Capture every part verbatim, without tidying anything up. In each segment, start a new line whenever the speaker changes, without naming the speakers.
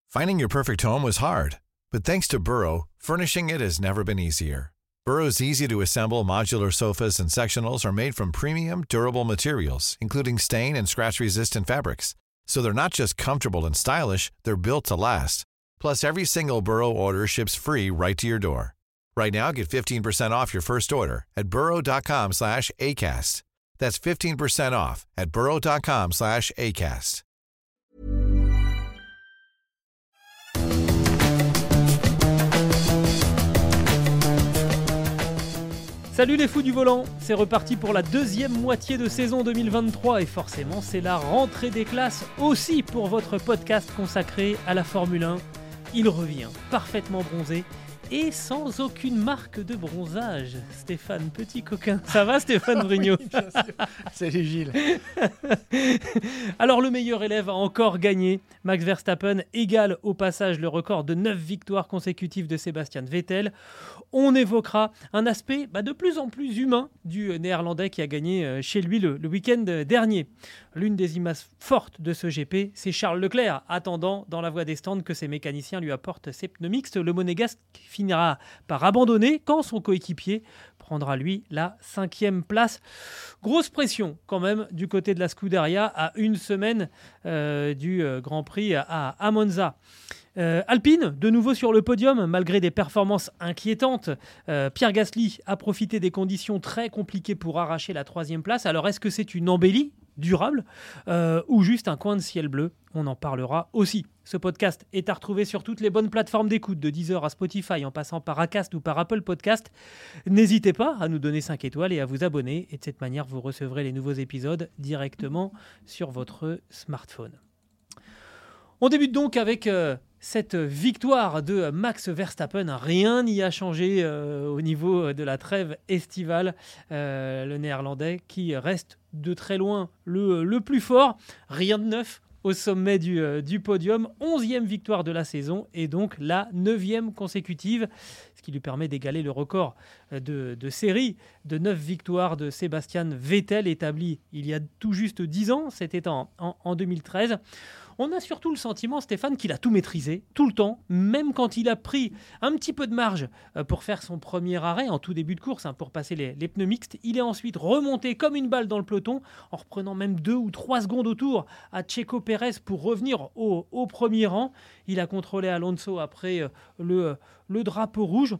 Finding your perfect home was hard, but thanks to Burrow, furnishing it has never been easier. Burrow's easy-to-assemble modular sofas and sectionals are made from premium, durable materials, including stain and scratch-resistant fabrics. So they're not just comfortable and stylish, they're built to last. Plus, every single Burrow order ships free right to your door. Right now, get fifteen percent off your first order at burrow.com slash ACAST. That's fifteen percent off at burrow.com slash ACAST.
Salut les fous du volant, c'est reparti pour la deuxième moitié de saison deux mille vingt-trois et forcément c'est la rentrée des classes aussi pour votre podcast consacré à la Formule un. Il revient parfaitement bronzé et sans aucune marque de bronzage. Stéphane, petit coquin. Ça va Stéphane Vrignot?
Oui, bien sûr. Salut Gilles.
Alors le meilleur élève a encore gagné. Max Verstappen égale au passage le record de neuf victoires consécutives de Sebastian Vettel. On évoquera un aspect bah, de plus en plus humain du néerlandais qui a gagné chez lui le, le week-end dernier. L'une des images fortes de ce G P, c'est Charles Leclerc, attendant dans la voie des stands que ses mécaniciens lui apportent ses pneus mixtes. Le monégasque finira par abandonner quand son coéquipier prendra lui la cinquième place. Grosse pression quand même du côté de la Scuderia à une semaine euh, du euh, Grand Prix à, à Monza. Euh, Alpine, de nouveau sur le podium, malgré des performances inquiétantes. Euh, Pierre Gasly a profité des conditions très compliquées pour arracher la troisième place. Alors, est-ce que c'est une embellie durable euh, ou juste un coin de ciel bleu? On en parlera aussi. Ce podcast est à retrouver sur toutes les bonnes plateformes d'écoute, de Deezer à Spotify, en passant par Acast ou par Apple Podcast. N'hésitez pas à nous donner cinq étoiles et à vous abonner. Et de cette manière, vous recevrez les nouveaux épisodes directement sur votre smartphone. On débute donc avec euh, cette victoire de Max Verstappen. Rien n'y a changé euh, au niveau de la trêve estivale. Euh, le néerlandais qui reste de très loin le, le plus fort. Rien de neuf au sommet du, euh, du podium. Onzième victoire de la saison et donc la neuvième consécutive, ce qui lui permet d'égaler le record de, de série de neuf victoires de Sebastian Vettel, établi il y a tout juste dix ans. C'était en, en, en deux mille treize. On a surtout le sentiment, Stéphane, qu'il a tout maîtrisé, tout le temps, même quand il a pris un petit peu de marge pour faire son premier arrêt en tout début de course, hein, pour passer les, les pneus mixtes. Il est ensuite remonté comme une balle dans le peloton, en reprenant même deux ou trois secondes autour à Checo Pérez pour revenir au, au premier rang. Il a contrôlé Alonso après le, le drapeau rouge.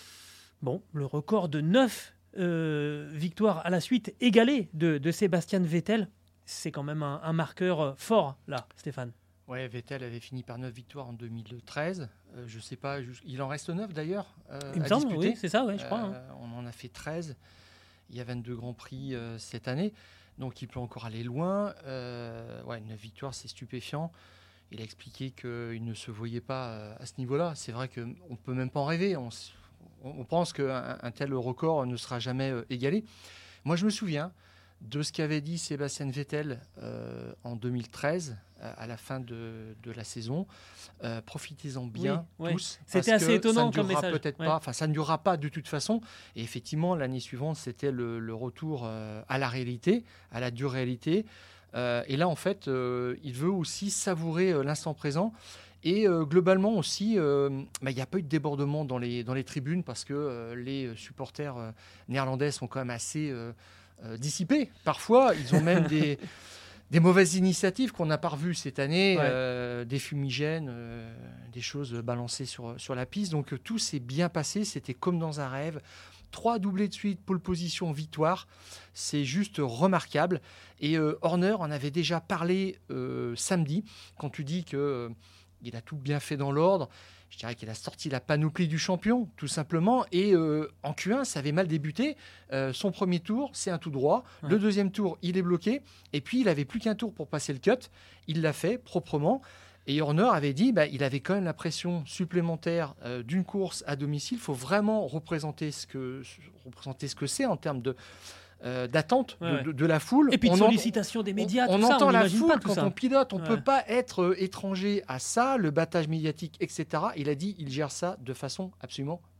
Bon, le record de neuf euh, victoires à la suite égalé de, de Sebastian Vettel. C'est quand même un, un marqueur fort, là, Stéphane.
Ouais, Vettel avait fini par neuf victoires en deux mille treize. Euh, je sais pas, il en reste neuf d'ailleurs. Euh,
Il me
à
semble,
disputer.
oui, c'est ça, ouais, je crois.
Euh, hein. On en a fait treize. Il y a vingt-deux Grands Prix euh, cette année. Donc il peut encore aller loin. Euh, ouais, neuf victoires, c'est stupéfiant. Il a expliqué qu'il ne se voyait pas à ce niveau-là. C'est vrai qu'on ne peut même pas en rêver. On, on pense qu'un un tel record ne sera jamais euh, égalé. Moi, je me souviens de ce qu'avait dit Sébastien Vettel euh, en deux mille treize, euh, à la fin de, de la saison. Euh, profitez-en bien,
oui,
tous.
Oui. C'était assez étonnant comme message.
Peut-être
ouais.
pas, enfin, ça ne durera pas de toute façon. Et effectivement, l'année suivante, c'était le, le retour euh, à la réalité, à la dure réalité. Euh, et là, en fait, euh, il veut aussi savourer euh, l'instant présent. Et euh, globalement aussi, euh, bah, il n'y a pas eu de débordement dans les, dans les tribunes parce que euh, les supporters euh, néerlandais sont quand même assez... Euh, Euh, dissipés. Parfois, ils ont même des, des mauvaises initiatives qu'on n'a pas revues cette année, ouais. euh, des fumigènes, euh, des choses balancées sur, sur la piste. Donc, euh, tout s'est bien passé. C'était comme dans un rêve. Trois doublés de suite, pole position, victoire. C'est juste remarquable. Et euh, Horner en avait déjà parlé euh, samedi, quand tu dis qu'il euh, a tout bien fait dans l'ordre. Je dirais qu'il a sorti la panoplie du champion, tout simplement. Et euh, en Q un, ça avait mal débuté. Euh, son premier tour, c'est un tout droit. Ouais. Le deuxième tour, il est bloqué. Et puis, il n'avait plus qu'un tour pour passer le cut. Il l'a fait proprement. Et Horner avait dit bah, il avait quand même la pression supplémentaire euh, d'une course à domicile. Il faut vraiment représenter ce que, représenter ce que c'est en termes de... Euh, d'attente ouais, de, de, de la foule.
Et puis de
on
sollicitation en, des médias,
on,
tout
on
ça,
entend
on
la foule
pas
quand
ça.
on pilote, on ne
ouais.
peut pas être euh, étranger à ça, le battage médiatique, et cetera. Il a dit il gère ça de façon absolument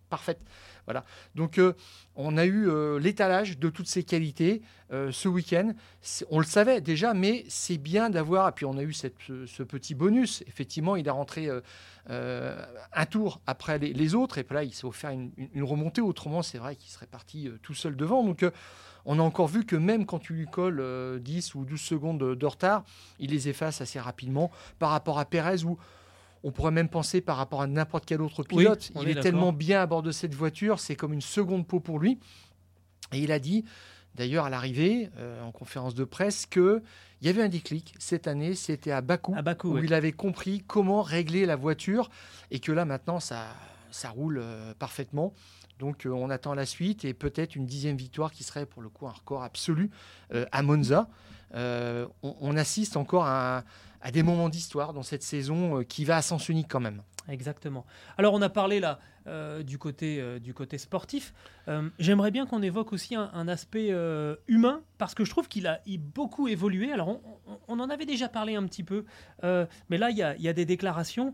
parfaite. Voilà. Donc, euh, on a eu euh, l'étalage de toutes ces qualités euh, ce week-end. C'est, on le savait déjà, mais c'est bien d'avoir... Et puis, on a eu cette, ce, ce petit bonus. Effectivement, il est rentré euh, euh, un tour après les, les autres. Et puis là, il s'est offert une, une, une remontée. Autrement, c'est vrai qu'il serait parti euh, tout seul devant. Donc, euh, on a encore vu que même quand tu lui colles euh, dix ou douze secondes de, de retard, il les efface assez rapidement par rapport à Pérez où on pourrait même penser par rapport à n'importe quel autre pilote.
Oui,
il est,
est
tellement bien à bord de cette voiture, c'est comme une seconde peau pour lui. Et il a dit, d'ailleurs à l'arrivée, euh, en conférence de presse, qu'il y avait un déclic cette année, c'était à Bakou,
à Bakou
où
oui.
il avait compris comment régler la voiture et que là maintenant ça, ça roule euh, parfaitement. Donc euh, on attend la suite et peut-être une dixième victoire qui serait pour le coup un record absolu euh, à Monza. Euh, on, on assiste encore à, à des moments d'histoire dans cette saison euh, qui va à sens unique quand même.
Exactement. Alors on a parlé là euh, du, côté, euh, du côté sportif. Euh, j'aimerais bien qu'on évoque aussi un, un aspect euh, humain parce que je trouve qu'il a il beaucoup évolué. Alors on, on, on en avait déjà parlé un petit peu, euh, mais là il y a, y a des déclarations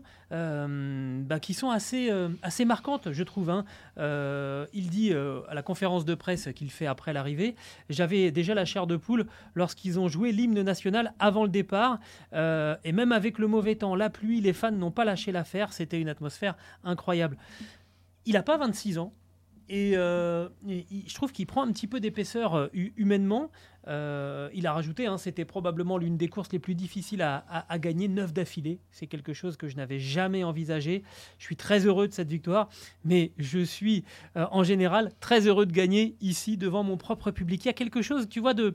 euh, bah, qui sont assez, euh, assez marquantes, je trouve. Hein. Euh, il dit euh, à la conférence de presse qu'il fait après l'arrivée, j'avais déjà la chair de poule lorsqu'ils ont joué l'hymne national avant le départ euh, et même avec le mauvais temps, la pluie, les fans n'ont pas lâché l'affaire. C'était une atmosphère incroyable. Il n'a pas vingt-six ans et, euh, et je trouve qu'il prend un petit peu d'épaisseur euh, humainement. Euh, il a rajouté, hein, c'était probablement l'une des courses les plus difficiles à, à, à gagner, neuf d'affilée. C'est quelque chose que je n'avais jamais envisagé. Je suis très heureux de cette victoire, mais je suis euh, en général très heureux de gagner ici devant mon propre public. Il y a quelque chose, tu vois, de,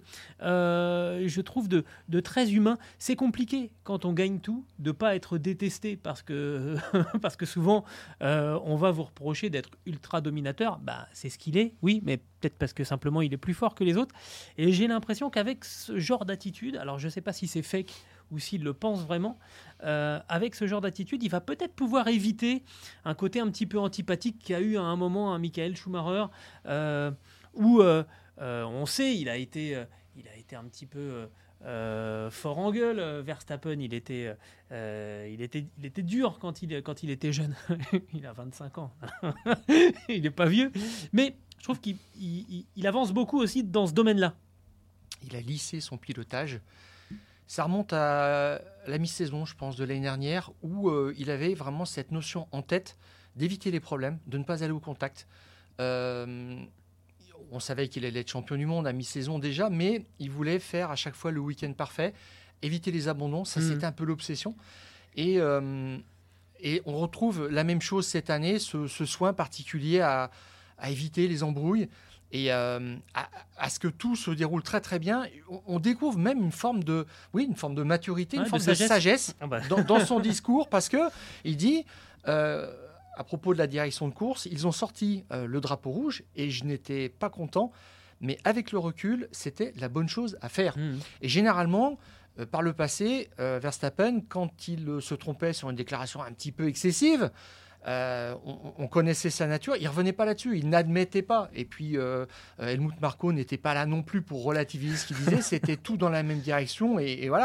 euh, je trouve de, de très humain. C'est compliqué quand on gagne tout de ne pas être détesté parce que, parce que souvent euh, on va vous reprocher d'être ultra dominateur. Bah, c'est ce qu'il est, oui, mais peut-être parce que simplement il est plus fort que les autres. Et j'ai l'impression qu'avec ce genre d'attitude, alors je ne sais pas si c'est fake ou s'il le pense vraiment, euh, avec ce genre d'attitude, il va peut-être pouvoir éviter un côté un petit peu antipathique qu'a eu à un moment un Michael Schumacher, euh, où euh, euh, on sait, il a été, euh, il a été un petit peu... Euh, Euh, fort en gueule, Verstappen, il était, euh, il était, il était dur quand il, quand il était jeune. Il a vingt-cinq ans. Il n'est pas vieux. Mais je trouve qu'il il, il avance beaucoup aussi dans ce domaine-là.
Il a lissé son pilotage. Ça remonte à la mi-saison, je pense, de l'année dernière, où euh, il avait vraiment cette notion en tête d'éviter les problèmes, de ne pas aller au contact. Euh, On savait qu'il allait être champion du monde à mi-saison déjà, mais il voulait faire à chaque fois le week-end parfait, éviter les abandons. Ça, mmh. c'était un peu l'obsession. Et, euh, et on retrouve la même chose cette année, ce, ce soin particulier à, à éviter les embrouilles et euh, à, à ce que tout se déroule très très bien. On, on découvre même une forme de, oui, une forme de maturité,
ouais,
une forme
de sagesse,
de sagesse
ah bah.
dans, dans son discours, parce que il dit. Euh, À propos de la direction de course, ils ont sorti euh, le drapeau rouge et je n'étais pas content, mais avec le recul, c'était la bonne chose à faire. Mmh. Et généralement, euh, par le passé, euh, Verstappen, quand il euh, se trompait sur une déclaration un petit peu excessive, euh, on, on connaissait sa nature, il ne revenait pas là-dessus, il n'admettait pas. Et puis, euh, Helmut Marko n'était pas là non plus pour relativiser ce qu'il disait, c'était tout dans la même direction. Et, et voilà.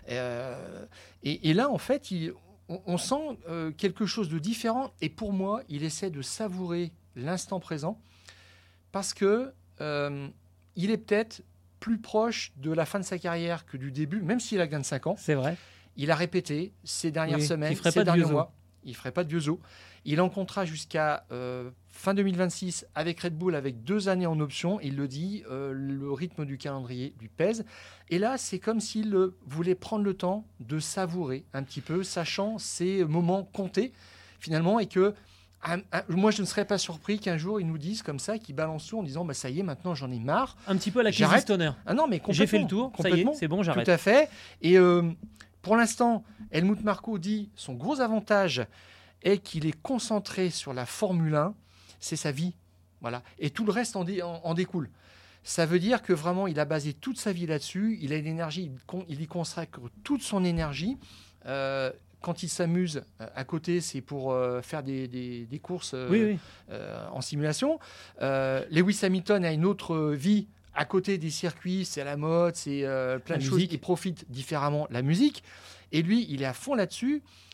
Euh, et, et là, en fait, il... on sent euh, quelque chose de différent et pour moi, il essaie de savourer l'instant présent parce que euh, il est peut-être plus proche de la fin de sa carrière que du début, même s'il a vingt-cinq ans.
C'est vrai.
Il a répété ces dernières
oui,
semaines,
ces
ces derniers mois. Il ne ferait pas de vieux os. Il en comptera jusqu'à euh, fin deux mille vingt-six avec Red Bull, avec deux années en option. Il le dit, euh, le rythme du calendrier lui pèse. Et là, c'est comme s'il euh, voulait prendre le temps de savourer un petit peu, sachant ces moments comptés, finalement, et que un, un, moi, je ne serais pas surpris qu'un jour, ils nous disent comme ça, qu'ils balancent tout en disant bah, « ça y est, maintenant, j'en ai marre ».
Un petit peu à la Casey Stoner.
Ah non, mais complètement.
J'ai fait le tour, ça y est, c'est bon, j'arrête.
Tout à fait. Et euh, pour l'instant, Helmut Marko dit son gros avantage est qu'il est concentré sur la Formule un, c'est sa vie. Voilà. Et tout le reste en, dé, en, en découle. Ça veut dire que vraiment, il a basé toute sa vie là-dessus. Il a une énergie, il, il y consacre toute son énergie. Euh, quand il s'amuse à côté, c'est pour euh, faire des, des, des courses euh,
oui, oui.
Euh, en simulation. Euh, Lewis Hamilton a une autre vie à côté des circuits. C'est la mode, c'est euh, plein
la
de
musique.
choses. Il profite différemment la musique. Et lui, il est à fond là-dessus.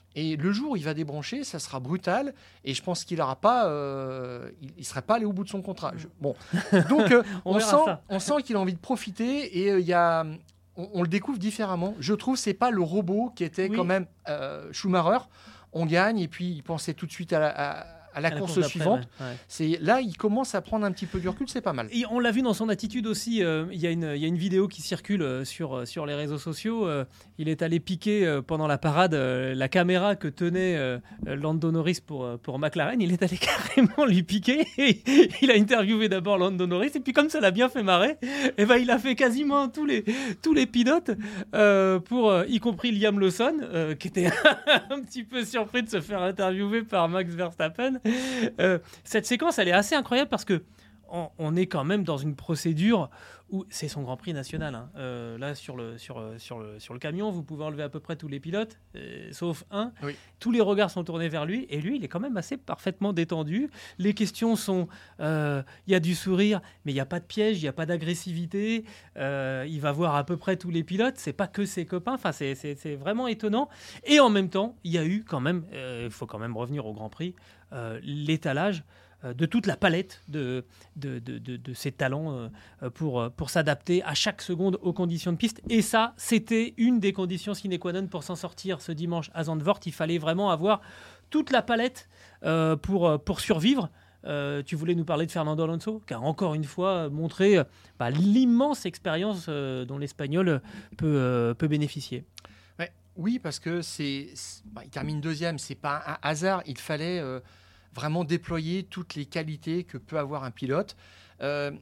Et le jour où il va débrancher, ça sera brutal. Et je pense qu'il n'aura pas, euh, il ne serait pas allé au bout de son contrat. Je- bon, donc euh,
On
on,
verra
sent,
ça.
on sent qu'il a envie de profiter et euh, il y a, on, on le découvre différemment. Je trouve que c'est pas le robot qui était
Oui.
quand même euh, Schumacher. On gagne et puis il pensait tout de suite à la, à- à la
À la
course,
course d'après,
suivante.
ouais, ouais.
C'est là, il commence à prendre un petit peu du recul. C'est pas mal.
Et on l'a vu dans son attitude aussi. euh, Il y, a une- il y a une vidéo qui circule euh, sur, euh, sur les réseaux sociaux. euh, il est allé piquer euh, pendant la parade euh, la caméra que tenait euh, euh, Lando Norris pour, euh, pour McLaren. Il est allé carrément lui piquer. Et il a interviewé d'abord Lando Norris. Et puis, comme ça l'a bien fait marrer, et ben, il a fait quasiment tous les, tous les pilotes, euh, pour, euh, y compris Liam Lawson, euh, qui était un petit peu surpris de se faire interviewer par Max Verstappen. Euh, cette séquence, elle est assez incroyable parce que on, on est quand même dans une procédure où c'est son Grand Prix national. hein. Euh, là, sur le, sur, euh, sur, le, sur le camion, vous pouvez enlever à peu près tous les pilotes, euh, sauf un.
Oui.
Tous les regards sont tournés vers lui et lui, il est quand même assez parfaitement détendu. Les questions sont, euh, il y a du sourire, mais il n'y a pas de piège, il n'y a pas d'agressivité. Euh, il va voir à peu près tous les pilotes. C'est pas que ses copains. Enfin, c'est, c'est, c'est vraiment étonnant. Et en même temps, il y a eu quand même, euh, il faut quand même revenir au Grand Prix, euh, l'étalage euh, de toute la palette de, de, de, de, de ses talents euh, pour, euh, pour s'adapter à chaque seconde aux conditions de piste. Et ça, c'était une des conditions sine qua non pour s'en sortir ce dimanche à Zandvoort. Il fallait vraiment avoir toute la palette euh, pour, euh, pour survivre. Euh, tu voulais nous parler de Fernando Alonso, qui a encore une fois euh, montré euh, bah, l'immense expérience euh, dont l'Espagnol peut, euh, peut bénéficier.
Ouais, oui, parce que c'est, c'est- bah, il termine deuxième. C'est pas un hasard. Il fallait euh, vraiment déployer toutes les qualités que peut avoir un pilote. Euh,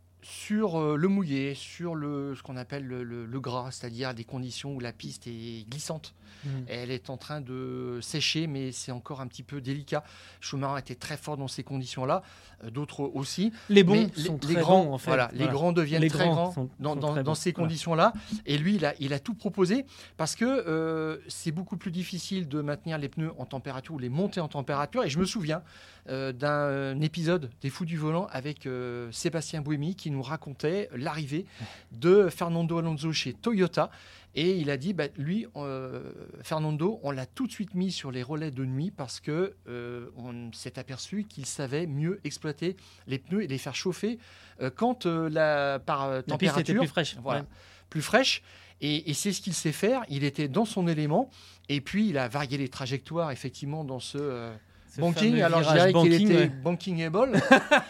sur euh, le mouillé, sur le, ce qu'on appelle le, le- le gras, c'est-à-dire des conditions où la piste est glissante. Elle est en train de sécher, mais c'est encore un petit peu délicat. Schumacher était très fort dans ces conditions-là, euh, d'autres aussi.
Les bons
Mais
sont
les
très
grands,
bons, en fait.
voilà, les
Voilà.
grands deviennent
Les
très
grands
grands
sont-
dans,
sont
dans-
très
dans
bons.
ces
Voilà.
conditions-là. Et lui, il a, il a tout proposé parce que euh, c'est beaucoup plus difficile de maintenir les pneus en température ou les monter en température. Et je me souviens euh, d'un épisode des Fous du Volant avec euh, Sébastien Buemi qui nous racontait l'arrivée de Fernando Alonso chez Toyota. Et il a dit, bah, lui, euh, Fernando, on l'a tout de suite mis sur les relais de nuit parce que euh, on s'est aperçu qu'il savait mieux exploiter les pneus et les faire chauffer euh, quand euh, la par euh,
La piste était
température,
plus fraîche.
voilà,
Ouais.
plus fraîche. Et, et c'est ce qu'il sait faire. Il était dans son élément. Et puis il a varié les trajectoires effectivement dans ce euh,
Ce
banking.
fameux
Alors je
virage
dirais qu'il
banking,
était
ouais.
bankingable.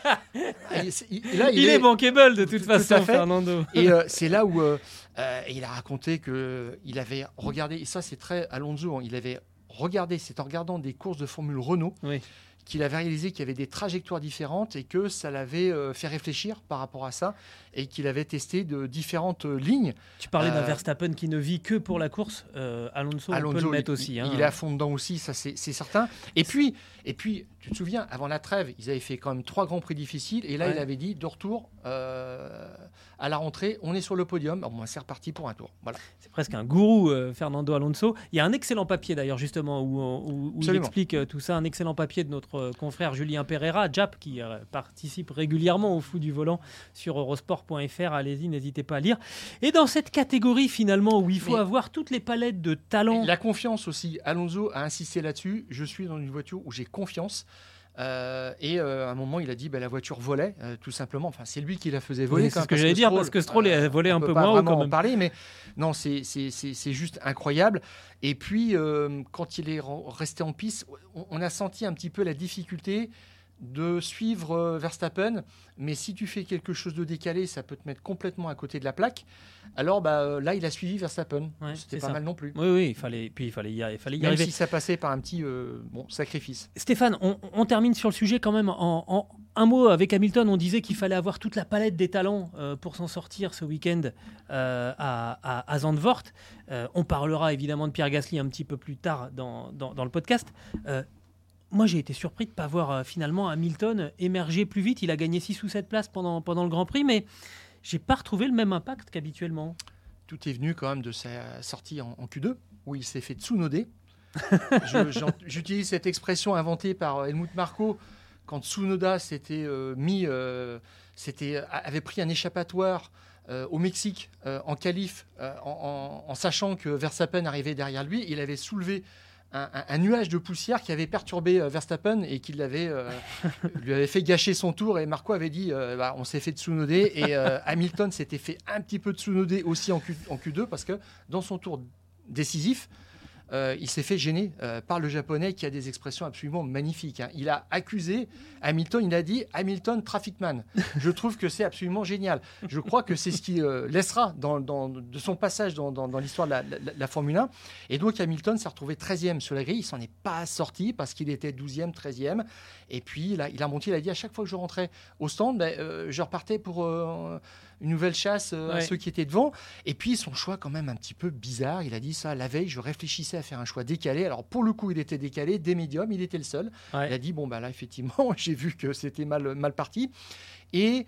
Et c'est- il- là,
Il, est bankable de toute
tout à
façon,
fait.
Fernando.
Et euh, c'est là où euh, euh, il a raconté qu'il avait regardé, et ça c'est très Alonso, hein, il avait regardé, c'est en regardant des courses de Formule Renault
Oui.
qu'il avait réalisé qu'il y avait des trajectoires différentes et que ça l'avait euh, fait réfléchir par rapport à ça et qu'il avait testé de différentes euh, lignes.
Tu parlais d'un
Euh,
Verstappen qui ne vit que pour la course. Euh, Alonso, on peut
Alonso,
le mettre
il,
aussi.
il-
hein.
il est à fond dedans aussi, ça c'est c'est certain. Et puis, et puis, tu te souviens, avant la trêve, ils avaient fait quand même trois grands prix difficiles. Et là,
Ouais.
il avait dit, de retour euh, à la rentrée, on est sur le podium. Bon, ben, c'est reparti pour un tour. Voilà.
C'est presque un gourou, euh, Fernando Alonso. Il y a un excellent papier d'ailleurs, justement, où, où- où il
Absolument.
explique euh, tout ça. Un excellent papier de notre euh, confrère Julien Pereira, Jap, qui euh, participe régulièrement au Fou du Volant sur eurosport point f r. Allez-y, n'hésitez pas à lire. Et dans cette catégorie, finalement, où il faut
Mais-
avoir toutes les palettes de talents.
La confiance aussi. Alonso a insisté là-dessus. Je suis dans une voiture où j'ai confiance. Euh, et euh, à un moment, il a dit bah, la voiture volait, euh, tout simplement. Enfin, c'est lui qui la faisait voler.
Oui,
quand
c'est
même,
ce que
parce
j'allais dire,
Stroll,
parce que Stroll
euh,
a volé
on
un
peut
peu
pas
moins haut
vraiment
quand
en
même.
parler, mais non, c'est c'est- c'est- c'est juste incroyable. Et puis, euh, quand il est ren- resté en piste, on, on a senti un petit peu la difficulté de suivre euh, Verstappen, mais si tu fais quelque chose de décalé, ça peut te mettre complètement à côté de la plaque. Alors bah, euh, là, il a suivi Verstappen.
Ouais,
C'était
c'est
pas
ça.
mal non plus.
Oui, oui, il fallait, puis il fallait y, arri- il fallait y
Même
arriver.
si ça passait par un petit euh, bon, sacrifice.
Stéphane, on, on termine sur le sujet quand même en, en un mot avec Hamilton. On disait qu'il fallait avoir toute la palette des talents euh, pour s'en sortir ce week-end euh, à, à, à Zandvoort. Euh, on parlera évidemment de Pierre Gasly un petit peu plus tard dans, dans, dans le podcast. Euh, moi, j'ai été surpris de ne pas voir euh, finalement Hamilton émerger plus vite. Il a gagné six ou sept places pendant, pendant le Grand Prix, mais j'ai pas retrouvé le même impact qu'habituellement.
Tout est venu quand même de sa sortie en, en Q deux, où il s'est fait Tsunode. Je- j'en- J'utilise cette expression inventée par Helmut Marko quand Tsunoda s'était euh, mis, euh, s'était, avait pris un échappatoire euh, au Mexique euh, en qualif, euh, en, en- en sachant que Verstappen arrivait derrière lui. Il avait soulevé un, un, un nuage de poussière qui avait perturbé euh, Verstappen et qui l'avait, euh, lui avait fait gâcher son tour. Et Marco avait dit euh, bah, on s'est fait Tsunoder. Et euh, Hamilton s'était fait un petit peu Tsunoder aussi en, Q, en Q deux parce que dans son tour décisif, Euh, il s'est fait gêner euh, par le japonais qui a des expressions absolument magnifiques. Hein. Il a accusé Hamilton, il a dit Hamilton Traffic Man. Je trouve que c'est absolument génial. Je crois que c'est ce qui euh, laissera dans, dans, de son passage dans, dans, dans l'histoire de la, la, la Formule un. Et donc Hamilton s'est retrouvé treizième sur la grille. Il s'en est pas sorti parce qu'il était douzième, treizième. Et puis là, il a monté, il a dit à chaque fois que je rentrais au stand, ben, euh, je repartais pour euh, une nouvelle chasse euh, ouais. à ceux qui étaient devant. Et puis son choix quand même un petit peu bizarre. Il a dit ça la veille, je réfléchissais à faire un choix décalé. Alors pour le coup, il était décalé, des médiums, il était le seul. Ouais. Il a dit bon bah là effectivement, j'ai vu que c'était mal mal parti. Et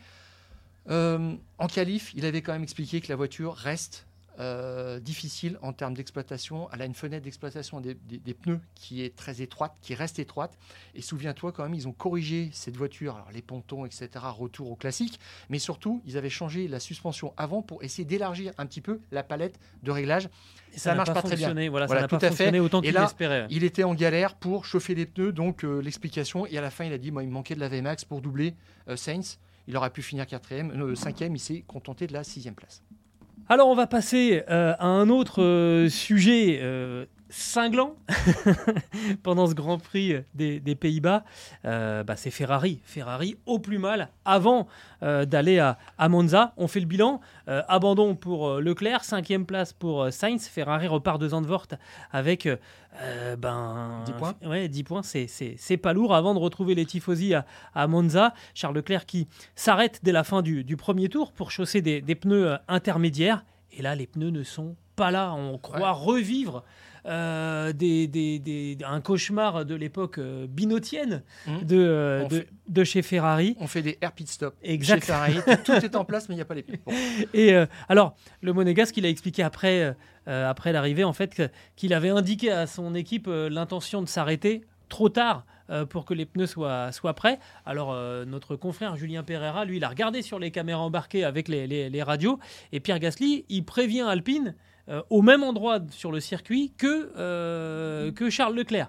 euh, en qualif, il avait quand même expliqué que la voiture reste euh, difficile en termes d'exploitation. Elle a une fenêtre d'exploitation des, des, des pneus qui est très étroite, qui reste étroite. Et souviens-toi quand même, ils ont corrigé cette voiture, alors les pontons, et cetera. Retour au classique, mais surtout ils avaient changé la suspension avant pour essayer d'élargir un petit peu la palette de réglage.
Et ça, ça marche pas, pas très bien. Voilà, voilà, ça n'a pas fonctionné autant qu'il l'espérait.
Il était en galère pour chauffer les pneus, donc euh, l'explication. Et à la fin, il a dit moi, il me manquait de la V MAX pour doubler euh, Sainz. Il aurait pu finir quatrième, euh, cinquième. Il s'est contenté de la sixième place.
Alors, on va passer euh, à un autre euh, sujet euh, cinglant pendant ce Grand Prix des, des Pays-Bas. Euh, bah, c'est Ferrari. Ferrari au plus mal avant euh, d'aller à, à Monza. On fait le bilan. Euh, abandon pour euh, Leclerc, cinquième place pour euh, Sainz. Ferrari repart de Zandvoort avec euh, ben,
dix points.
Ouais, dix points, c'est, c'est, c'est pas lourd avant de retrouver les tifosi à, à Monza. Charles Leclerc qui s'arrête dès la fin du, du premier tour pour chausser des, des pneus intermédiaires. Et là, les pneus ne sont pas là. On croit ouais. revivre euh, des, des, des, un cauchemar de l'époque euh, binotienne mmh. de, euh, de, fait, de chez Ferrari.
On fait des air pit stop
exact.
Chez Ferrari. Tout est en place, mais il n'y a pas les pneus. Bon.
Et euh, alors, le Monégasque, il a expliqué après, euh, après l'arrivée, en fait, que, qu'il avait indiqué à son équipe euh, l'intention de s'arrêter trop tard euh, pour que les pneus soient, soient prêts. Alors, euh, notre confrère Julien Pereira, lui, il a regardé sur les caméras embarquées avec les, les, les radios. Et Pierre Gasly, il prévient Alpine euh, au même endroit sur le circuit que, euh, que Charles Leclerc.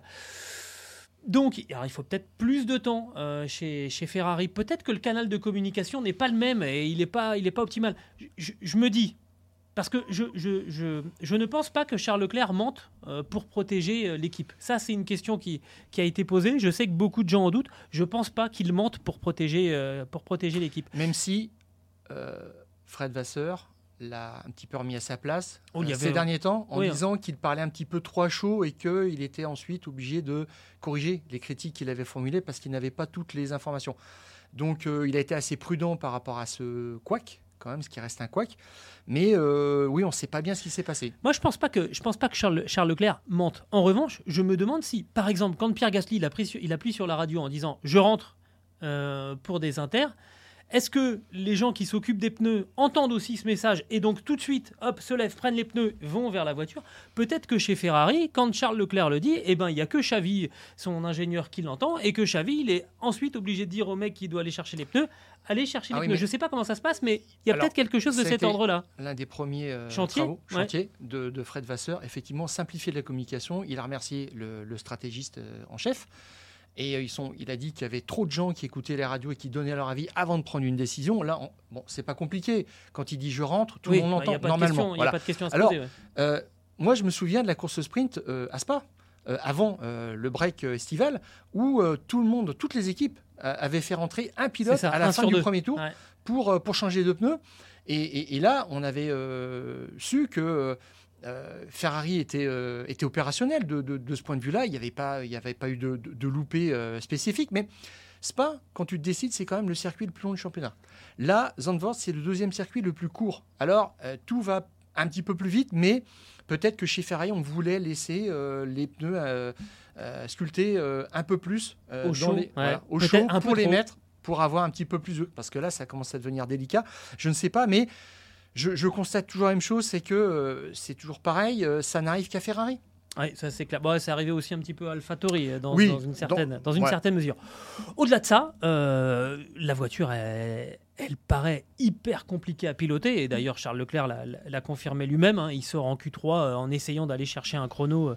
Donc, alors, il faut peut-être plus de temps euh, chez, chez Ferrari. Peut-être que le canal de communication n'est pas le même et il n'est pas, il est pas optimal. Je, je, je me dis... Parce que je, je, je, je ne pense pas que Charles Leclerc mente euh, pour protéger euh, l'équipe. Ça, c'est une question qui, qui a été posée. Je sais que beaucoup de gens en doutent. Je ne pense pas qu'il mente pour protéger, euh, pour protéger l'équipe.
Même si euh, Fred Vasseur l'a un petit peu remis à sa place
oh,
euh,
avait...
ces derniers temps en
oui,
disant
hein.
qu'il parlait un petit peu trop à chaud et qu'il était ensuite obligé de corriger les critiques qu'il avait formulées parce qu'il n'avait pas toutes les informations. Donc, euh, il a été assez prudent par rapport à ce couac. Quand même, ce qui reste un couac. Mais euh, oui, on ne sait pas bien ce qui s'est passé.
Moi, je ne pense pas que, je pense pas que Charles, Charles Leclerc mente. En revanche, je me demande si, par exemple, quand Pierre Gasly il, a pris, il appuie sur la radio en disant « je rentre euh, pour des inters », est-ce que les gens qui s'occupent des pneus entendent aussi ce message et donc tout de suite, hop, se lèvent, prennent les pneus, vont vers la voiture? Peut-être que chez Ferrari, quand Charles Leclerc le dit, eh ben, il n'y a que Xavi, son ingénieur, qui l'entend et que Xavi, il est ensuite obligé de dire au mec qui doit aller chercher les pneus, aller chercher ah les oui, pneus. Je ne sais pas comment ça se passe, mais il y a alors, peut-être quelque chose de cet ordre-là.
L'un des premiers euh,
chantiers,
travaux,
ouais.
chantiers de, de Fred Vasseur, effectivement, simplifier la communication. Il a remercié le, le stratégiste euh, en chef. Et euh, ils sont, il a dit qu'il y avait trop de gens qui écoutaient les radios et qui donnaient leur avis avant de prendre une décision. Là, on, bon, c'est pas compliqué. Quand il dit je rentre, tout
oui,
le monde l'entend
bah,
normalement.
Il n'y a pas de question à se
Alors,
poser. Ouais.
Euh, moi, je me souviens de la course sprint euh, à Spa, euh, avant euh, le break euh, estival, où euh, tout le monde, toutes les équipes euh, avaient fait rentrer un pilote ça, à la fin du deux. premier tour
ouais.
pour, euh, pour changer de pneus. Et, et, et là, on avait euh, su que euh, Ferrari était, euh, était opérationnel de, de, de ce point de vue-là. Il n'y avait pas, il n'y avait pas eu de, de, de loupé euh, spécifique. Mais Spa, quand tu te décides, c'est quand même le circuit le plus long du championnat. Là, Zandvoort, c'est le deuxième circuit le plus court. Alors, euh, tout va un petit peu plus vite, mais peut-être que chez Ferrari, on voulait laisser euh, les pneus euh, euh, sculpter euh, un peu plus euh,
au
dans
chaud,
les,
ouais.
voilà, au chaud pour les mettre, pour avoir un petit peu plus de... Parce que là, ça commence à devenir délicat. Je ne sais pas, mais je, je constate toujours la même chose, c'est que euh, c'est toujours pareil, euh, ça n'arrive qu'à Ferrari.
Oui, ça c'est clair. Bon, c'est arrivé aussi un petit peu à AlphaTauri dans,
oui,
dans une certaine,
dans,
dans une
ouais.
certaine mesure. Au-delà de ça, euh, la voiture, elle, elle paraît hyper compliquée à piloter. Et d'ailleurs, Charles Leclerc l'a, l'a confirmé lui-même. Hein. Il sort en Q trois euh, en essayant d'aller chercher un chrono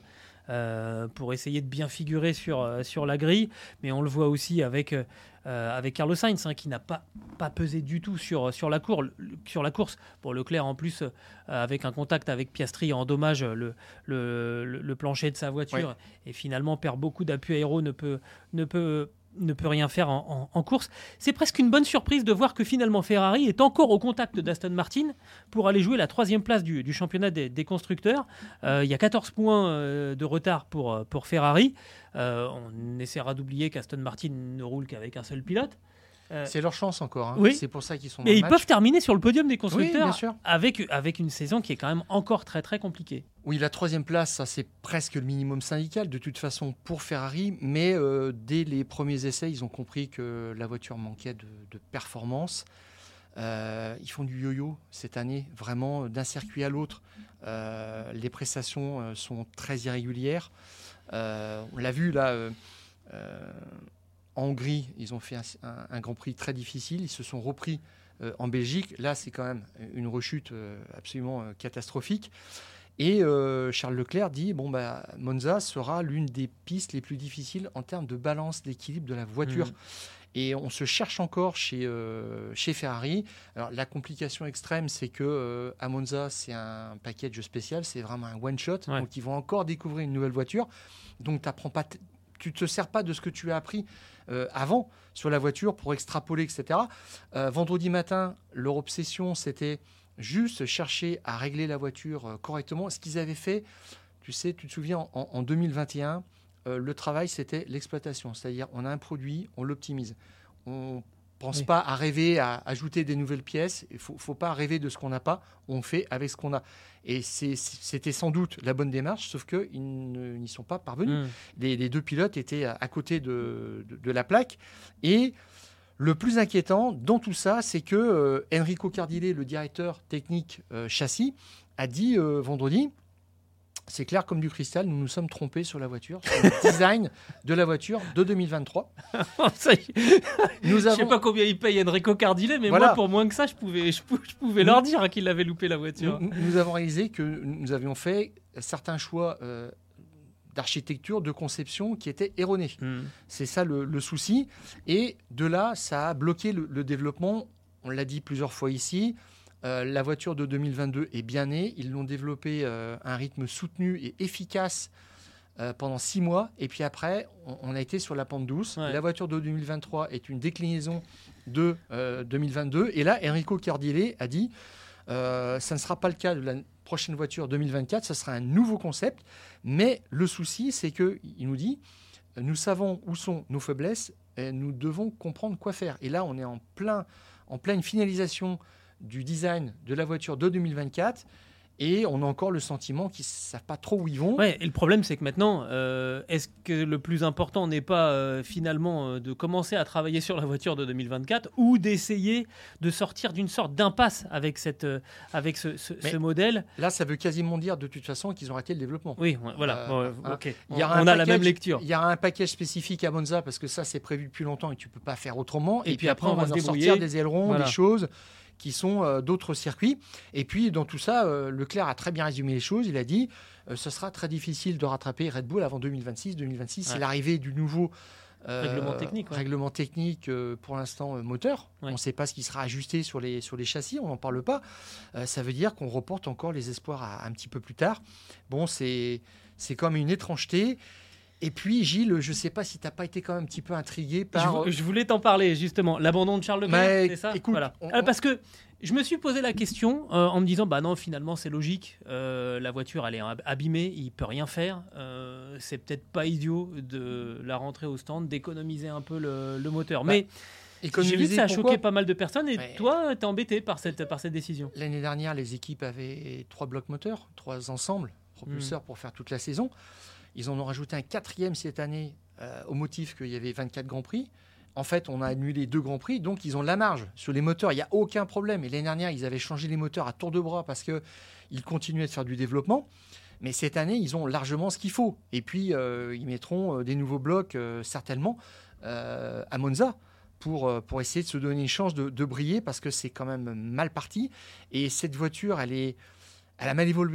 euh, pour essayer de bien figurer sur, euh, sur la grille. Mais on le voit aussi avec, euh, avec Carlos Sainz, hein, qui n'a pas, pas pesé du tout sur, sur, la, cour, sur la course. Bon, Leclerc, en plus, euh, avec un contact avec Piastri, endommage le, le, le, le plancher de sa voiture, oui. Et finalement perd beaucoup d'appui aéro, ne peut... Ne peut ne peut rien faire en, en, en course. C'est presque une bonne surprise de voir que finalement Ferrari est encore au contact d'Aston Martin pour aller jouer la troisième place du, du championnat des, des constructeurs. Euh, il y a quatorze points euh, de retard pour, pour Ferrari. Euh, on essaiera d'oublier qu'Aston Martin ne roule qu'avec un seul pilote.
Euh, c'est leur chance encore, hein.
Oui.
C'est pour ça qu'ils sont dans
Mais
le
ils
match.
peuvent terminer sur le podium des constructeurs,
oui,
avec, avec une saison qui est quand même encore très très compliquée.
Oui, la troisième place, ça c'est presque le minimum syndical de toute façon pour Ferrari, mais euh, dès les premiers essais, ils ont compris que la voiture manquait de, de performance. Euh, ils font du yo-yo cette année, vraiment d'un circuit à l'autre. Euh, les prestations euh, sont très irrégulières. Euh, on l'a vu là... Euh, euh, En Hongrie, ils ont fait un, un, un Grand Prix très difficile. Ils se sont repris euh, en Belgique. Là, c'est quand même une rechute euh, absolument euh, catastrophique. Et euh, Charles Leclerc dit bon, bah, Monza sera l'une des pistes les plus difficiles en termes de balance, d'équilibre de la voiture. Mmh. Et on se cherche encore chez, euh, chez Ferrari. Alors, la complication extrême, c'est que euh, à Monza, c'est un package spécial. C'est vraiment un one-shot. Ouais. Donc, ils vont encore découvrir une nouvelle voiture. Donc, t'apprends pas t- tu ne te sers pas de ce que tu as appris euh, avant sur la voiture pour extrapoler, et cetera. Euh, vendredi matin, leur obsession, c'était juste chercher à régler la voiture euh, correctement. Ce qu'ils avaient fait, tu sais, tu te souviens, en, en deux mille vingt et un, euh, le travail, c'était l'exploitation. C'est-à-dire, on a un produit, on l'optimise. On ne pense oui. pas à rêver, à ajouter des nouvelles pièces. Il ne faut, faut pas rêver de ce qu'on n'a pas. On fait avec ce qu'on a. Et c'est, c'était sans doute la bonne démarche, sauf qu'ils n'y sont pas parvenus. Mmh. Les, les deux pilotes étaient à côté de, de, de la plaque. Et le plus inquiétant dans tout ça, c'est que euh, Enrico Cardile, le directeur technique euh, châssis, a dit euh, vendredi, c'est clair comme du cristal, nous nous sommes trompés sur la voiture, sur le design de la voiture de deux mille vingt-trois.
Ça, nous avons... Je ne sais pas combien il paye Enrico Cardile, mais voilà. Moi, pour moins que ça, je pouvais, je pouvais, je pouvais nous, leur dire hein, qu'il avait loupé la voiture.
Nous, nous avons réalisé que nous avions fait certains choix euh, d'architecture, de conception qui étaient erronés. Mm. C'est ça le, le souci. Et de là, ça a bloqué le, le développement. On l'a dit plusieurs fois ici. Euh, la voiture de deux mille vingt-deux est bien née. Ils l'ont développée euh, à un rythme soutenu et efficace euh, pendant six mois. Et puis après, on, on a été sur la pente douce. Ouais. La voiture de deux mille vingt-trois est une déclinaison de euh, deux mille vingt-deux. Et là, Enrico Cardile a dit euh, ça ne sera pas le cas de la prochaine voiture deux mille vingt-quatre. Ce sera un nouveau concept. Mais le souci, c'est qu'il nous dit nous savons où sont nos faiblesses et nous devons comprendre quoi faire. Et là, on est en, plein, en pleine finalisation du design de la voiture de deux mille vingt-quatre et on a encore le sentiment qu'ils ne savent pas trop où ils vont.
Ouais, et le problème, c'est que maintenant, euh, est-ce que le plus important n'est pas euh, finalement euh, de commencer à travailler sur la voiture de deux mille vingt-quatre ou d'essayer de sortir d'une sorte d'impasse avec, cette, euh, avec ce, ce, ce modèle?
Là, ça veut quasiment dire de toute façon qu'ils ont arrêté le développement.
Oui, voilà. Euh, bon, okay.
Il y
on
a,
on a la même lecture.
Il y a un package spécifique à Monza parce que ça, c'est prévu depuis longtemps et tu ne peux pas faire autrement.
Et, et
puis,
puis après, on,
on va
va
sortir des ailerons,
voilà.
des choses qui sont euh, d'autres circuits. Et puis, dans tout ça, euh, Leclerc a très bien résumé les choses. Il a dit euh, ce sera très difficile de rattraper Red Bull avant deux mille vingt-six. deux mille vingt-six, ouais. C'est l'arrivée du nouveau
euh, règlement technique. Ouais.
Règlement technique euh, pour l'instant, euh, moteur. Ouais. On ne sait pas ce qui sera ajusté sur les, sur les châssis, on n'en parle pas. Euh, ça veut dire qu'on reporte encore les espoirs à, à un petit peu plus tard. Bon, c'est, c'est comme une étrangeté. Et puis, Gilles, je ne sais pas si tu n'as pas été quand même un petit peu intrigué par...
Je, je voulais t'en parler, justement. L'abandon de Charles Leclerc, c'est ça?
Écoute,
voilà.
on,
euh, Parce que je me suis posé la question euh, en me disant, bah non, finalement, c'est logique. Euh, la voiture, elle est abîmée, il ne peut rien faire. Euh, c'est peut-être pas idiot de la rentrer au stand, d'économiser un peu le, le moteur. Bah, Mais j'ai vu que ça a choqué pas mal de personnes. Et ouais. Toi, tu es embêté par cette, par cette décision.
L'année dernière, les équipes avaient trois blocs moteurs, trois ensembles, propulseurs mmh. pour faire toute la saison. Ils en ont rajouté un quatrième cette année euh, au motif qu'il y avait vingt-quatre Grands Prix. En fait, on a annulé deux Grands Prix, donc ils ont la marge sur les moteurs. Il n'y a aucun problème. Et l'année dernière, ils avaient changé les moteurs à tour de bras parce qu'ils continuaient de faire du développement. Mais cette année, ils ont largement ce qu'il faut. Et puis, euh, ils mettront euh, des nouveaux blocs, euh, certainement, euh, à Monza pour, euh, pour essayer de se donner une chance de, de briller parce que c'est quand même mal parti. Et cette voiture, elle, est, elle a mal évolué.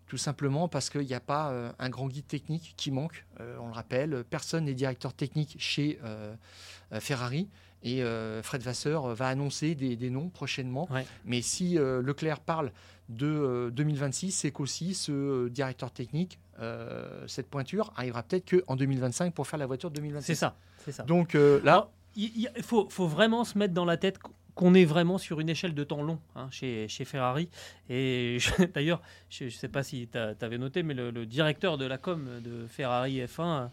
tout simplement parce qu'il n'y a pas euh, un grand guide technique qui manque. Euh, on le rappelle, personne n'est directeur technique chez euh, Ferrari. Et euh, Fred Vasseur va annoncer des, des noms prochainement. Ouais. Mais si euh, Leclerc parle de euh, deux mille vingt-six, c'est qu'aussi ce euh, directeur technique, euh, cette pointure, arrivera peut-être qu'en deux mille vingt-cinq pour faire la voiture deux mille vingt-six.
C'est ça. C'est ça.
Donc euh, là...
Il, il faut, faut vraiment se mettre dans la tête qu'on est vraiment sur une échelle de temps long hein, chez, chez Ferrari. Et je, d'ailleurs, je ne sais pas si tu avais noté, mais le, le directeur de la com de Ferrari F un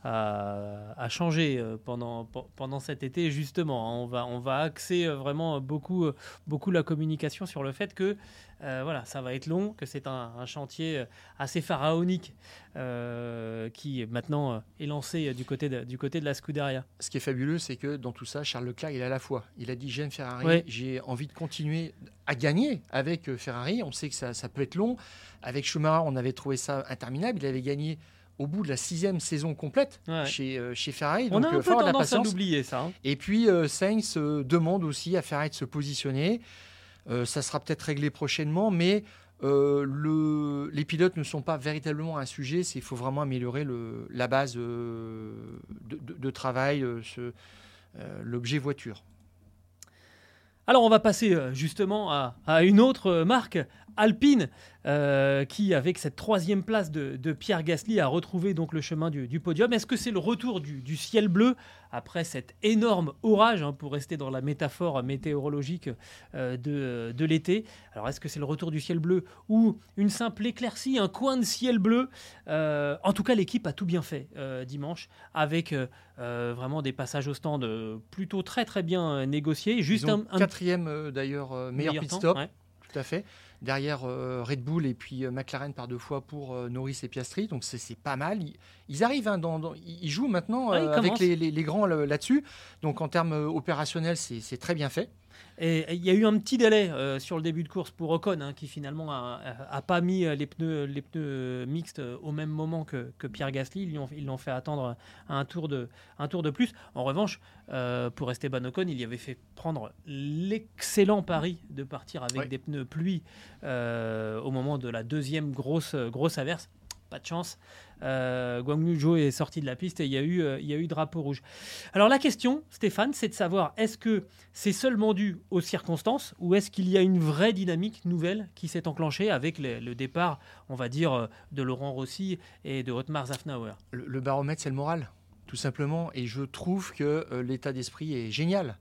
a, a changé pendant, pendant cet été, justement. On va, on va axer vraiment beaucoup, beaucoup la communication sur le fait que euh, voilà, ça va être long, que c'est un, un chantier assez pharaonique euh, qui maintenant est lancé du côté de, du côté de la Scuderia.
Ce qui est fabuleux, c'est que dans tout ça, Charles Leclerc, il est à la fois. Il a dit, j'aime Ferrari, ouais. j'ai envie de continuer à gagner avec Ferrari. On sait que ça, ça peut être long. Avec Schumacher, on avait trouvé ça interminable. Il avait gagné au bout de la sixième saison complète ouais. chez, euh, chez Ferrari.
On
donc,
a un
euh,
peu tendance à l'oublier, ça. Hein.
Et puis, euh, Sainz euh, demande aussi à Ferrari de se positionner. Euh, ça sera peut-être réglé prochainement, mais euh, le, les pilotes ne sont pas véritablement un sujet. Il faut vraiment améliorer le, la base euh, de, de, de travail, euh, ce, euh, l'objet voiture.
Alors, on va passer euh, justement à, à une autre marque, Alpine, euh, qui, avec cette troisième place de, de Pierre Gasly, a retrouvé donc le chemin du, du podium. Est-ce que c'est le retour du, du ciel bleu après cet énorme orage, hein, pour rester dans la métaphore météorologique euh, de, de l'été? Alors, est-ce que c'est le retour du ciel bleu ou une simple éclaircie, un coin de ciel bleu? euh, En tout cas, l'équipe a tout bien fait euh, dimanche, avec euh, vraiment des passages au stand plutôt très très bien négociés. Juste un, un
quatrième euh, d'ailleurs euh, meilleur, meilleur pit stop. Ouais. Tout à fait. Derrière euh, Red Bull et puis euh, McLaren par deux fois pour euh, Norris et Piastri. Donc c'est, c'est pas mal. Ils, ils arrivent, hein, dans, dans, ils jouent maintenant euh, ouais, avec les, les, les grands là-dessus. Donc en termes opérationnels, c'est, c'est très bien fait.
Et il y a eu un petit délai euh, sur le début de course pour Ocon, hein, qui finalement a, a, a pas mis les pneus, les pneus mixtes au même moment que, que Pierre Gasly. Ils l'ont, ils l'ont fait attendre un tour de, un tour de plus. En revanche, euh, pour Esteban Ocon, il y avait fait prendre l'excellent pari de partir avec ouais. des pneus pluie euh, au moment de la deuxième grosse, grosse averse. Pas de chance. Euh, Guan Yu Zhou est sorti de la piste et il y a eu, euh, il y a eu drapeau rouge. Alors la question, Stéphane, c'est de savoir, est-ce que c'est seulement dû aux circonstances ou est-ce qu'il y a une vraie dynamique nouvelle qui s'est enclenchée avec le, le départ, on va dire, de Laurent Rossi et de Otmar Szafnauer?
Le, le baromètre, c'est le moral, tout simplement. Et je trouve que euh, l'état d'esprit est génial.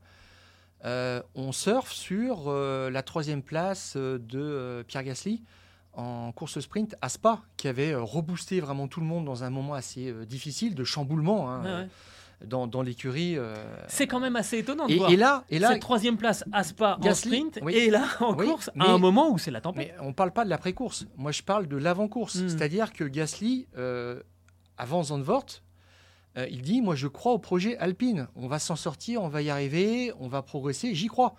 Euh, on surfe sur euh, la troisième place de euh, Pierre Gasly en course sprint à Spa, qui avait reboosté vraiment tout le monde dans un moment assez euh, difficile, de chamboulement hein, ouais, ouais. Dans, dans l'écurie. Euh...
C'est quand même assez étonnant de
et,
voir
et là, et là,
cette troisième place à Spa Gasly, en sprint, oui, et là en oui, course, mais, à un moment où c'est la tempête.
Mais on ne parle pas de l'après-course. Moi, je parle de l'avant-course. Mm. C'est-à-dire que Gasly, euh, avant Zandvoort, euh, il dit, moi, je crois au projet Alpine. On va s'en sortir, on va y arriver, on va progresser, j'y crois.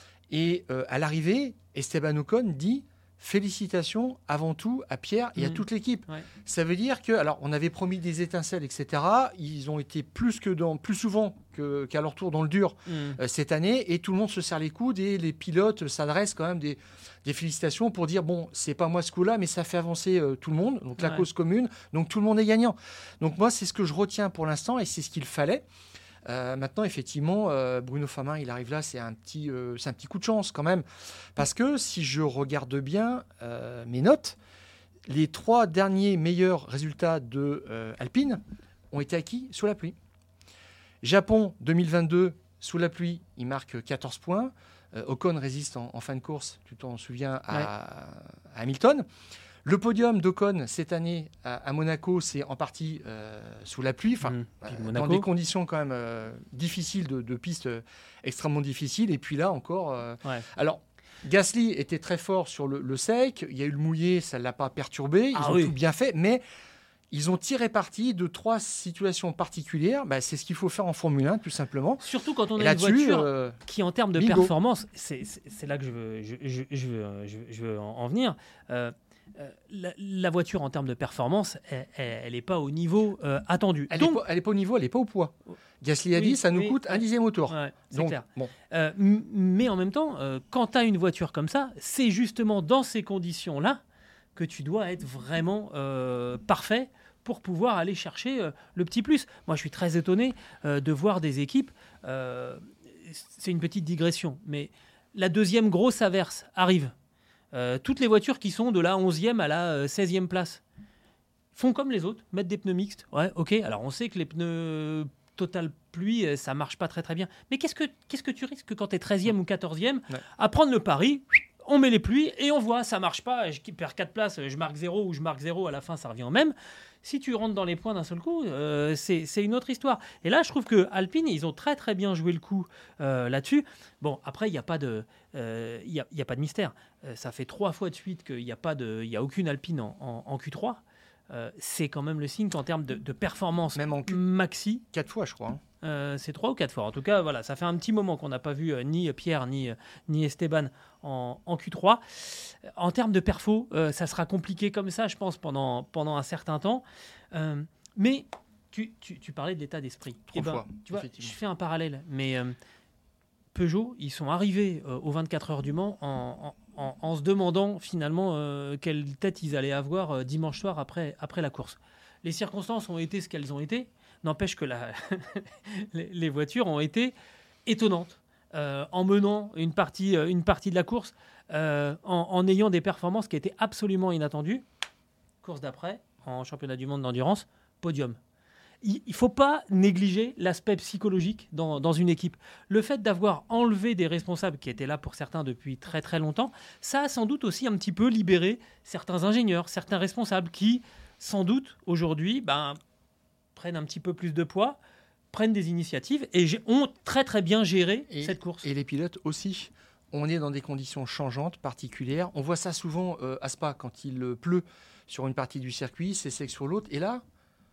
Et euh, à l'arrivée, Esteban Ocon dit, félicitations avant tout à Pierre et mmh. à toute l'équipe. Ouais. Ça veut dire que, alors on avait promis des étincelles, et cetera. Ils ont été plus que dans, plus souvent que, qu'à leur tour dans le dur mmh. euh, cette année, et tout le monde se serre les coudes et les pilotes s'adressent quand même des, des félicitations pour dire bon, c'est pas moi ce coup-là, mais ça fait avancer euh, tout le monde, donc la ouais. cause commune, donc tout le monde est gagnant. Donc moi, c'est ce que je retiens pour l'instant et c'est ce qu'il fallait. Euh, maintenant, effectivement, euh, Bruno Famin, il arrive là, c'est un, petit, euh, c'est un petit coup de chance quand même. Parce que si je regarde bien euh, mes notes, les trois derniers meilleurs résultats de euh, Alpine ont été acquis sous la pluie. Japon deux mille vingt-deux, sous la pluie, il marque quatorze points. Euh, Ocon résiste en, en fin de course, tu t'en souviens, à, ouais. à Hamilton. Le podium d'Ocon cette année à, à Monaco, c'est en partie euh, sous la pluie, enfin, mmh. euh, dans des conditions quand même euh, difficiles, de, de pistes euh, extrêmement difficiles. Et puis là encore, euh, ouais. alors Gasly était très fort sur le, le sec, il y a eu le mouillé, ça ne l'a pas perturbé, ils ah ont oui. tout bien fait, mais ils ont tiré parti de trois situations particulières. Bah, c'est ce qu'il faut faire en Formule un, tout simplement.
Surtout quand on a une voiture euh, qui, en termes de bingo. performance, c'est, c'est, c'est là que je veux, je, je, je veux, je, je veux en, en venir. Euh, Euh, la, la voiture en termes de performance, elle n'est pas au niveau euh, attendu.
Elle n'est pas, pas au niveau, elle n'est pas au poids. Gasly a oui, dit, ça nous oui, coûte un dixième au tour.
Ouais, c'est
Donc,
clair.
Bon.
Euh, m- mais en même temps, euh, quand tu as une voiture comme ça, c'est justement dans ces conditions-là que tu dois être vraiment euh, parfait pour pouvoir aller chercher euh, le petit plus. Moi, je suis très étonné euh, de voir des équipes. Euh, c'est une petite digression, mais la deuxième grosse averse arrive. Euh, toutes les voitures qui sont de la onzième à la euh, seizième place font comme les autres, mettent des pneus mixtes. Ouais, ok. Alors, on sait que les pneus Total pluie, ça marche pas très très bien. Mais qu'est-ce que, qu'est-ce que tu risques quand tu es treizième ou quatorzième ouais. à prendre le pari? On met les pluies et on voit, ça marche pas, je perds quatre places, je marque zéro ou je marque zéro, à la fin ça revient au même. Si tu rentres dans les points d'un seul coup, euh, c'est, c'est une autre histoire. Et là, je trouve que Alpine, ils ont très très bien joué le coup euh, là-dessus. Bon, après, il n'y a pas de, euh, y a, y a pas de mystère. Euh, ça fait trois fois de suite qu'il n'y a, pas de, y a aucune Alpine en, en, en Q trois. Euh, c'est quand même le signe qu'en termes de, de performance
même en Q...
maxi...
Quatre fois, je crois. Hein.
Euh, c'est trois ou quatre fois. En tout cas, voilà, ça fait un petit moment qu'on n'a pas vu euh, ni Pierre ni, euh, ni Esteban en, en Q trois. En termes de perfo, euh, ça sera compliqué comme ça, je pense, pendant, pendant un certain temps. Euh, mais tu, tu, tu parlais de l'état d'esprit.
Trois
eh ben,
fois,
tu vois, je fais un parallèle. Mais euh, Peugeot, ils sont arrivés euh, aux vingt-quatre heures du Mans en, en, en, en se demandant finalement euh, quelle tête ils allaient avoir euh, dimanche soir après, après la course. Les circonstances ont été ce qu'elles ont été. N'empêche que la les, les voitures ont été étonnantes euh, en menant une partie, euh, une partie de la course, euh, en, en ayant des performances qui étaient absolument inattendues. Course d'après, en championnat du monde d'endurance, podium. Il ne faut pas négliger l'aspect psychologique dans, dans une équipe. Le fait d'avoir enlevé des responsables qui étaient là pour certains depuis très très longtemps, ça a sans doute aussi un petit peu libéré certains ingénieurs, certains responsables qui, sans doute, aujourd'hui, ben, prennent un petit peu plus de poids, prennent des initiatives et ont très très bien géré
et,
cette course.
Et les pilotes aussi. On est dans des conditions changeantes, particulières. On voit ça souvent euh, à Spa, quand il euh, pleut sur une partie du circuit, c'est sec sur l'autre. Et là,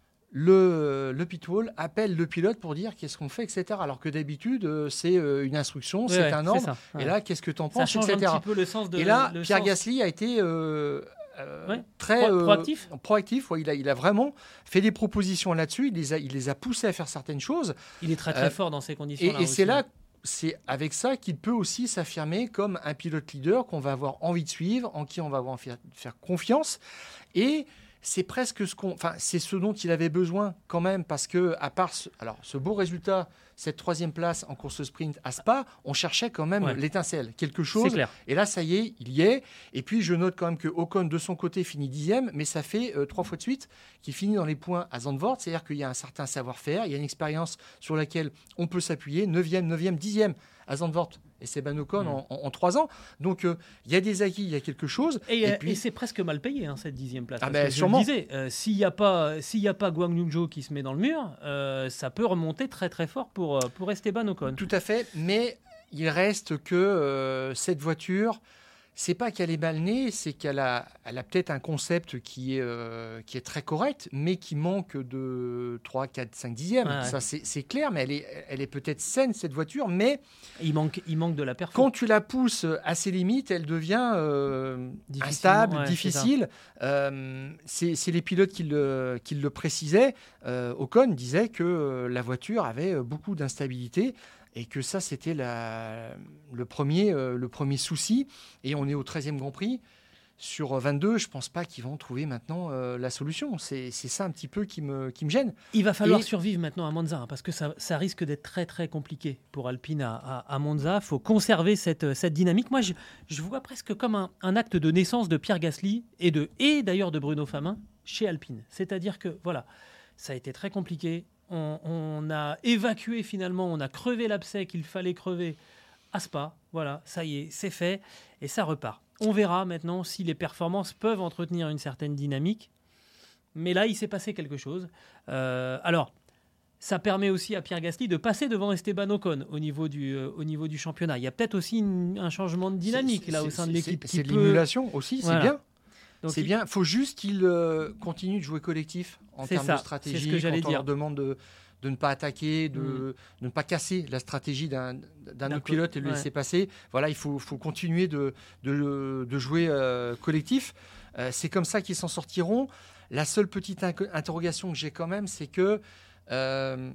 le, le pitwall appelle le pilote pour dire qu'est-ce qu'on fait, et cetera. Alors que d'habitude, euh, c'est euh, une instruction,
oui,
c'est
ouais,
un ordre.
ça, ouais.
Et là, qu'est-ce que tu en penses,
ça change
et cetera.
Un petit peu le sens de,
et là,
le
Pierre
sens...
Gasly a été... Euh, Euh,
ouais.
très
Pro- proactif,
euh, proactif ouais, il, a, il a vraiment fait des propositions là-dessus, il les, a, il les a poussés à faire certaines choses.
Il est très très euh, fort dans ces conditions-là.
Et, et
aussi.
c'est là, c'est avec ça qu'il peut aussi s'affirmer comme un pilote leader qu'on va avoir envie de suivre, en qui on va avoir faire, faire confiance. Et c'est presque ce qu'on, enfin, c'est ce dont il avait besoin quand même, parce que à part ce, alors, ce beau résultat, cette troisième place en course sprint à Spa, on cherchait quand même ouais. l'étincelle, quelque chose. Et là, ça y est, il y est. Et puis, je note quand même que Ocon, de son côté, finit dixième, mais ça fait euh, trois fois de suite qu'il finit dans les points à Zandvoort. C'est-à-dire qu'il y a un certain savoir-faire, il y a une expérience sur laquelle on peut s'appuyer. neuvième, neuvième, dixième à Zandvoort. Et Esteban Ocon mmh. en, en, en trois ans. Donc, il euh, y a des acquis, il y a quelque chose.
Et,
et,
et,
puis...
et c'est presque mal payé, hein, cette dixième place.
Ah ben, sûrement.
Je le disais, euh, s'il n'y a pas, s'il y a pas Guan Yu Zhou qui se met dans le mur, euh, ça peut remonter très très fort pour, pour Esteban Ocon.
Tout à fait, mais il reste que euh, cette voiture, c'est pas qu'elle est mal née, c'est qu'elle a, elle a peut-être un concept qui est, euh, qui est très correct, mais qui manque de trois, quatre, cinq dixièmes. Ouais, ça, ouais. c'est, c'est clair, mais elle est, elle est peut-être saine, cette voiture, mais...
Il manque, il manque de la performance.
Quand tu la pousses à ses limites, elle devient euh, instable, ouais, difficile. C'est, euh, c'est, c'est les pilotes qui le, qui le précisaient. Euh, Ocon disait que euh, la voiture avait beaucoup d'instabilité. Et que ça, c'était la, le, premier, euh, le premier souci. Et on est au treizième Grand Prix. Sur vingt-deux, je ne pense pas qu'ils vont trouver maintenant euh, la solution. C'est, c'est ça un petit peu qui me, qui me gêne.
Il va falloir
et...
survivre maintenant à Monza, hein, parce que ça, ça risque d'être très, très compliqué pour Alpine à, à, à Monza. Il faut conserver cette, cette dynamique. Moi, je, je vois presque comme un, un acte de naissance de Pierre Gasly et, de, et d'ailleurs de Bruno Famin chez Alpine. C'est-à-dire que, voilà, ça a été très compliqué. On, on a évacué finalement, on a crevé l'abcès qu'il fallait crever à Spa. Voilà, ça y est, c'est fait et ça repart. On verra maintenant si les performances peuvent entretenir une certaine dynamique. Mais là, il s'est passé quelque chose. Euh, alors, ça permet aussi à Pierre Gasly de passer devant Esteban Ocon au niveau du, euh, au niveau du championnat. Il y a peut-être aussi une, un changement de dynamique c'est, là
c'est,
au sein de l'équipe.
C'est, c'est
de
peut... l'émulation aussi, voilà. C'est bien.
Donc
c'est
il...
bien. Il faut juste qu'il euh, continue de jouer collectif en
c'est
termes
ça.
de stratégie.
C'est ce que j'allais
quand on
dire.
leur demande de, de ne pas attaquer, de, mmh. de ne pas casser la stratégie d'un, d'un autre pilote et le ouais. laisser passer. Voilà, il faut, faut continuer de, de, de jouer euh, collectif. Euh, c'est comme ça qu'ils s'en sortiront. La seule petite inc- interrogation que j'ai quand même, c'est que euh,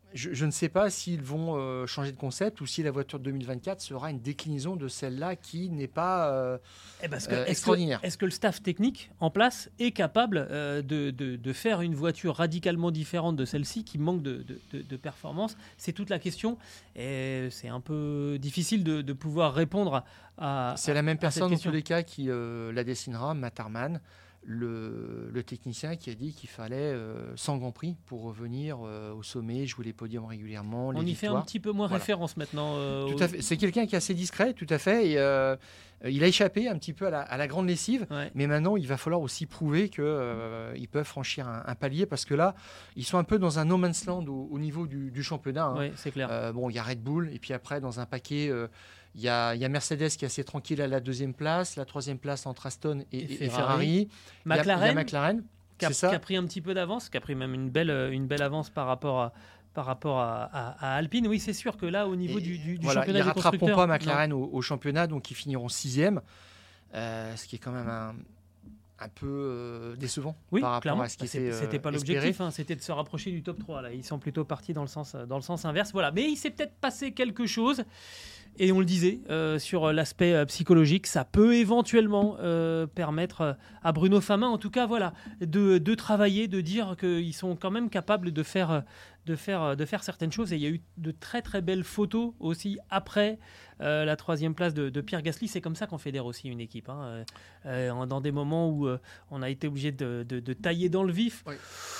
je, je ne sais pas s'ils vont euh, changer de concept ou si la voiture de deux mille vingt-quatre sera une déclinaison de celle-là qui n'est pas euh,
Eh parce que,
euh,
est-ce
extraordinaire.
Que, est-ce que le staff technique en place est capable euh, de, de, de faire une voiture radicalement différente de celle-ci qui manque de, de, de, de performance? C'est toute la question. Et c'est un peu difficile de, de pouvoir répondre à.
C'est la même
à cette
personne dans
question.
tous les cas qui euh, la dessinera, Matt Harman, le, le technicien qui a dit qu'il fallait euh, cent Grands Prix pour revenir euh, au sommet, jouer les podiums régulièrement, les
On y
victoires.
fait un petit peu moins
Voilà.
référence maintenant. euh,
Tout
aux-
à fait. C'est quelqu'un qui est assez discret, tout à fait. Et, euh, il a échappé un petit peu à la, à la grande lessive.
Ouais.
Mais maintenant, il va falloir aussi prouver qu'ils euh, peuvent franchir un, un palier parce que là, ils sont un peu dans un no man's land au, au niveau du, du championnat. hein.
Ouais, c'est clair.
Euh, bon, il y a Red Bull et puis après, dans un paquet, euh, il y, a, il y a Mercedes qui est assez tranquille à la deuxième place, la troisième place entre Aston et,
Et
et- et
Ferrari.
Ferrari. Il y a- il y a
McLaren,
McLaren.
qui a,
C'est ça.
qui a pris un petit peu d'avance, qui a pris même une belle, une belle avance par rapport à, par rapport à, à- à Alpine. Oui, c'est sûr que là, au niveau
Et
du, du, du
voilà,
championnat
ils
des
rattraperont
constructeurs,
pas McLaren au, au championnat, donc ils finiront sixième, euh, ce qui est quand même un, un peu euh, décevant
oui,
par rapport
clairement.
à ce qui
Bah, c'est-
était, euh,
c'était pas
espéré.
l'objectif, hein, c'était de se rapprocher du top trois. Là. Ils sont plutôt partis dans le sens, dans le sens inverse. Voilà. Mais il s'est peut-être passé quelque chose. Et on le disait, euh, sur l'aspect euh, psychologique, ça peut éventuellement euh, permettre euh, à Bruno Famin, en tout cas, voilà, de, de travailler, de dire qu'ils sont quand même capables de faire, euh, de, faire, euh, de faire certaines choses. Et il y a eu de très très belles photos aussi après euh, la troisième place de, de Pierre Gasly. C'est comme ça qu'on fédère aussi une équipe. Hein. Euh, euh, dans des moments où euh, on a été obligé de, de, de tailler dans le vif.
Oui.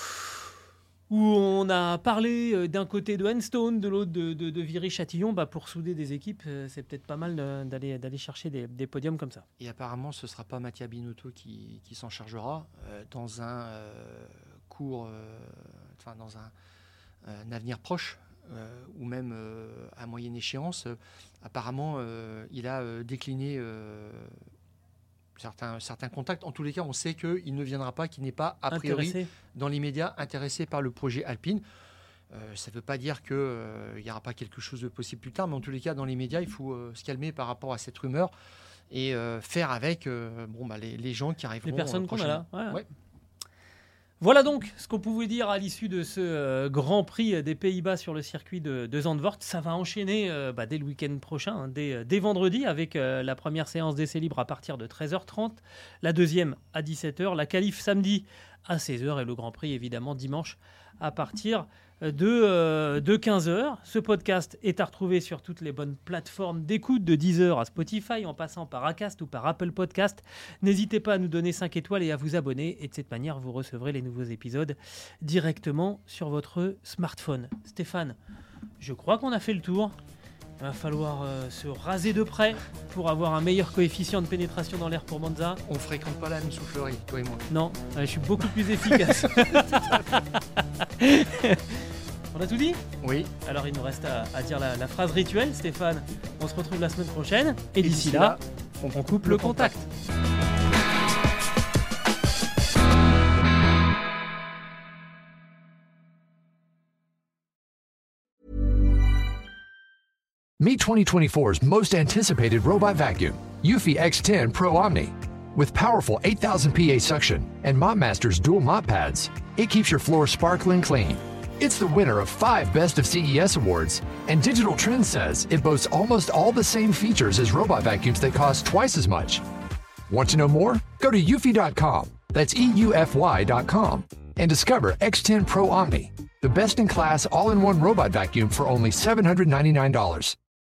Où on a parlé euh, d'un côté de Enstone, de l'autre de, de, de Viry-Châtillon, bah pour souder des équipes, euh, c'est peut-être pas mal de- d'aller, d'aller chercher des, des podiums comme ça.
Et apparemment, ce ne sera pas Mattia Binotto qui, qui s'en chargera euh, dans un euh, court, euh, enfin dans un, un avenir proche euh, ou même euh, à moyenne échéance. Euh, apparemment, euh, il a euh, décliné euh, certains, certains contacts. En tous les cas, on sait qu'il ne viendra pas, qu'il n'est pas a priori
Intéressé.
dans l'immédiat intéressé par le projet Alpine. Euh, ça ne veut pas dire qu'il euh, n'y aura pas quelque chose de possible plus tard, mais en tous les cas, dans l'immédiat, il faut euh, se calmer par rapport à cette rumeur et euh, faire avec euh, bon, bah, les, les gens qui arriveront.
Les personnes
euh,
qu'on a là.
prochainement.
Ouais.
Ouais.
Voilà donc ce qu'on pouvait dire à l'issue de ce euh, Grand Prix des Pays-Bas sur le circuit de, de Zandvoort. Ça va enchaîner euh, bah, dès le week-end prochain, hein, dès, dès vendredi, avec euh, la première séance d'essai libre à partir de treize heures trente, la deuxième à dix-sept heures, la qualif samedi à seize heures et le Grand Prix évidemment dimanche à partir de, euh, de quinze heures. Ce podcast est à retrouver sur toutes les bonnes plateformes d'écoute, de Deezer à Spotify, en passant par Acast ou par Apple Podcast. N'hésitez pas à nous donner cinq étoiles et à vous abonner. Et de cette manière, vous recevrez les nouveaux épisodes directement sur votre smartphone. Stéphane, je crois qu'on a fait le tour. Il va falloir euh, se raser de près pour avoir un meilleur coefficient de pénétration dans l'air pour Monza.
On ne fréquente pas la même soufflerie, toi et moi.
Non, euh, je suis beaucoup plus efficace. On a tout dit ?
Oui.
Alors il nous reste à, à dire la, la phrase rituelle, Stéphane. On se retrouve la semaine prochaine. Et, d'ici là, on, on coupe le contact.
Meet twenty twenty-four's most anticipated robot vacuum, Eufy X ten Pro Omni. With powerful eight thousand P A suction and MopMaster's dual mop pads, it keeps your floor sparkling clean. It's the winner of five Best of C E S awards, and Digital Trends says it boasts almost all the same features as robot vacuums that cost twice as much. Want to know more? Go to eufy dot com, that's E U F Y dot com, and discover X ten Pro Omni, the best-in-class all-in-one robot vacuum for only seven hundred ninety-nine dollars.